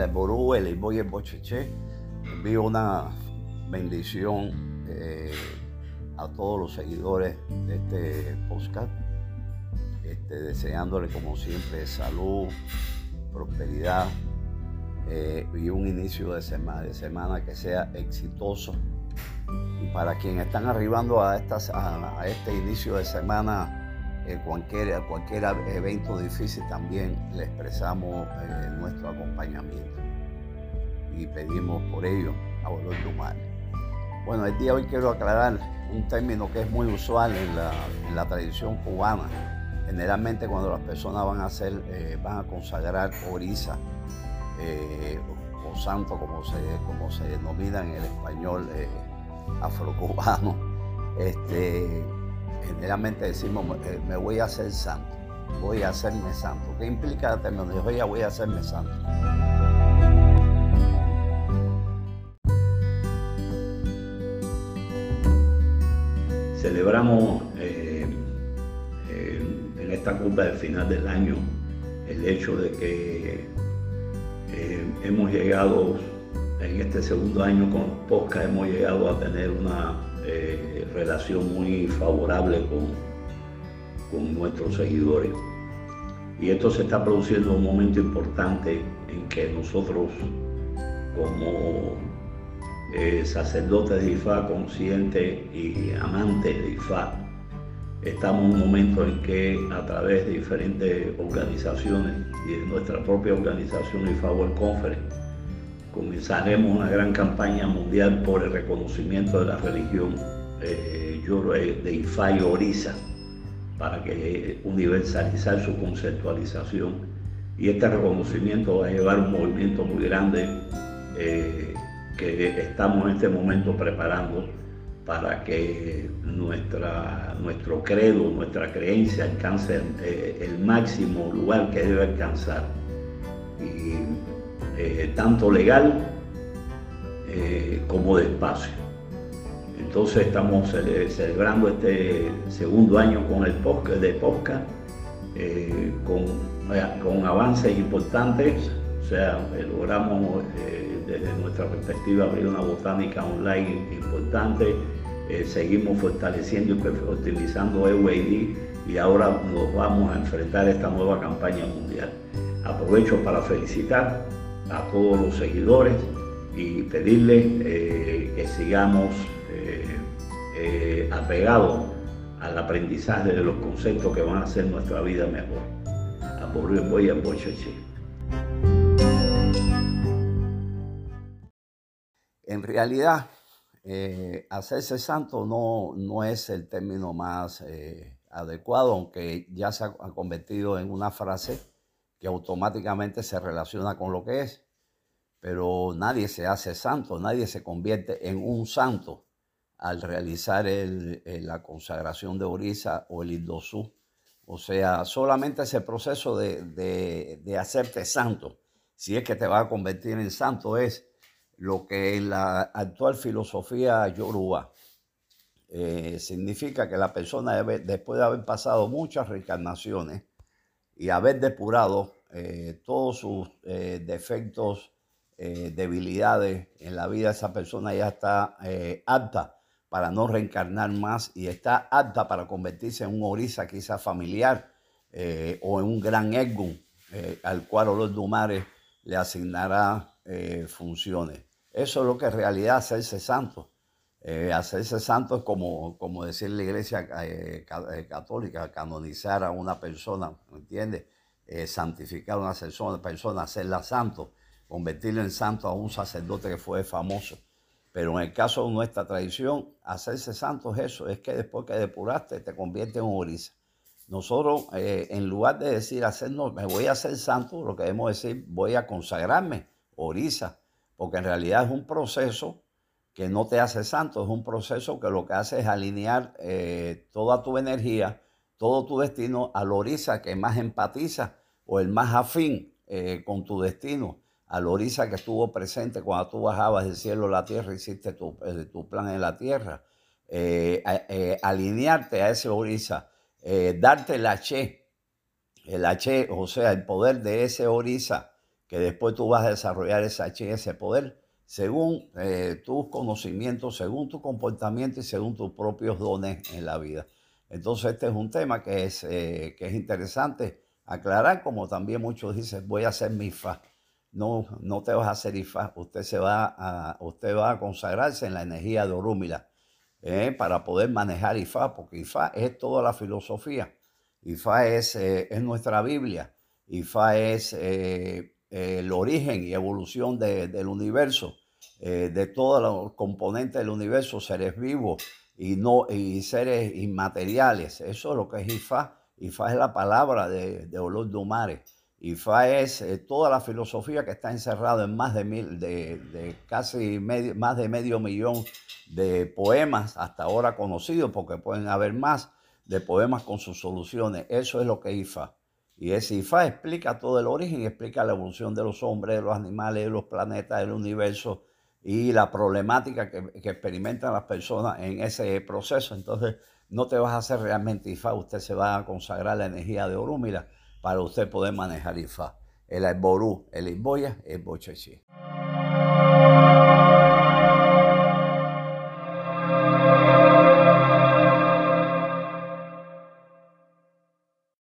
el Ború, el Iboy y el Bocheche. Envío una bendición a todos los seguidores de este podcast, deseándole como siempre salud, prosperidad y un inicio de semana que sea exitoso. Y para quienes están arribando a este inicio de semana, cualquier evento difícil, también le expresamos nuestro acompañamiento y pedimos por ello a Olor Dumare. Bueno, el día de hoy quiero aclarar un término que es muy usual en la tradición cubana. Generalmente cuando las personas van a consagrar orisa o santo, como se denomina en el español afrocubano, generalmente decimos, me voy a hacer santo, voy a hacerme santo. ¿Qué implica la terminología voy a hacerme santo? Celebramos en esta curva del final del año el hecho de que hemos llegado en este segundo año con los podcasts, hemos llegado a tener una relación muy favorable con nuestros seguidores. Y esto se está produciendo en un momento importante en que nosotros, como sacerdotes de Ifá, conscientes y amantes de Ifá, estamos en un momento en que a través de diferentes organizaciones y de nuestra propia organización Ifá World Conference comenzaremos una gran campaña mundial por el reconocimiento de la religión de Ifá y Orisa, para que universalizar su conceptualización. Y este reconocimiento va a llevar un movimiento muy grande que estamos en este momento preparando para que nuestro credo, nuestra creencia alcance el máximo lugar que debe alcanzar, y tanto legal como de espacio. Entonces estamos celebrando este segundo año con el podcast, con avances importantes. O sea, logramos desde nuestra perspectiva abrir una botánica online importante, seguimos fortaleciendo y optimizando EWID, y ahora nos vamos a enfrentar a esta nueva campaña mundial. Aprovecho para felicitar a todos los seguidores y pedirles que sigamos apegados al aprendizaje de los conceptos que van a hacer nuestra vida mejor. A Ború, Iboy y a Bocheche. En realidad, hacerse santo no es el término más adecuado, aunque ya se ha convertido en una frase que automáticamente se relaciona con lo que es. Pero nadie se hace santo, nadie se convierte en un santo al realizar la consagración de orisa o el indosú. O sea, solamente ese proceso de hacerte santo, si es que te va a convertir en santo, es lo que en la actual filosofía yoruba significa que la persona después de haber pasado muchas reencarnaciones y haber depurado todos sus defectos, debilidades en la vida, esa persona ya está apta para no reencarnar más y está apta para convertirse en un orisa quizás familiar o en un gran Egún al cual Olor Dumare le asignará funciones. Eso es lo que en realidad hacerse santo. Hacerse santo es como decir la iglesia católica, canonizar a una persona, ¿me entiendes? Santificar a una persona, hacerla santo, convertirlo en santo a un sacerdote que fue famoso. Pero en el caso de nuestra tradición, hacerse santo es eso, es que después que depuraste te conviertes en un orisa. Nosotros, en lugar de decir me voy a hacer santo, lo que debemos decir, voy a consagrarme orisa, porque en realidad es un proceso que no te hace santo, es un proceso que lo que hace es alinear toda tu energía, todo tu destino al orisa que más empatiza o el más afín con tu destino, al orisa que estuvo presente cuando tú bajabas del cielo a la tierra, hiciste tu plan en la tierra, alinearte a ese orisa, darte el H, o sea, el poder de ese orisa que después tú vas a desarrollar esa chi, ese poder, según tus conocimientos, según tu comportamiento y según tus propios dones en la vida. Entonces este es un tema que es interesante aclarar, como también muchos dicen, voy a hacer mi Ifá. No, no te vas a hacer Ifá, usted va a consagrarse en la energía de Orúmila para poder manejar Ifá, porque Ifá es toda la filosofía. Ifá es nuestra Biblia. Ifá es el origen y evolución del universo, de todos los componentes del universo, seres vivos y seres inmateriales. Eso es lo que es Ifá. Ifá es la palabra de Olodumare. Ifá es toda la filosofía que está encerrada en más de casi más de medio millón de poemas hasta ahora conocidos, porque pueden haber más, de poemas con sus soluciones. Eso es lo que es Ifá. Y ese Ifá explica todo el origen y explica la evolución de los hombres, de los animales, de los planetas, del universo y la problemática que experimentan las personas en ese proceso. Entonces, no te vas a hacer realmente Ifá, usted se va a consagrar la energía de Orúmila para usted poder manejar Ifá. El Alború, el Iboya, el Bochechi.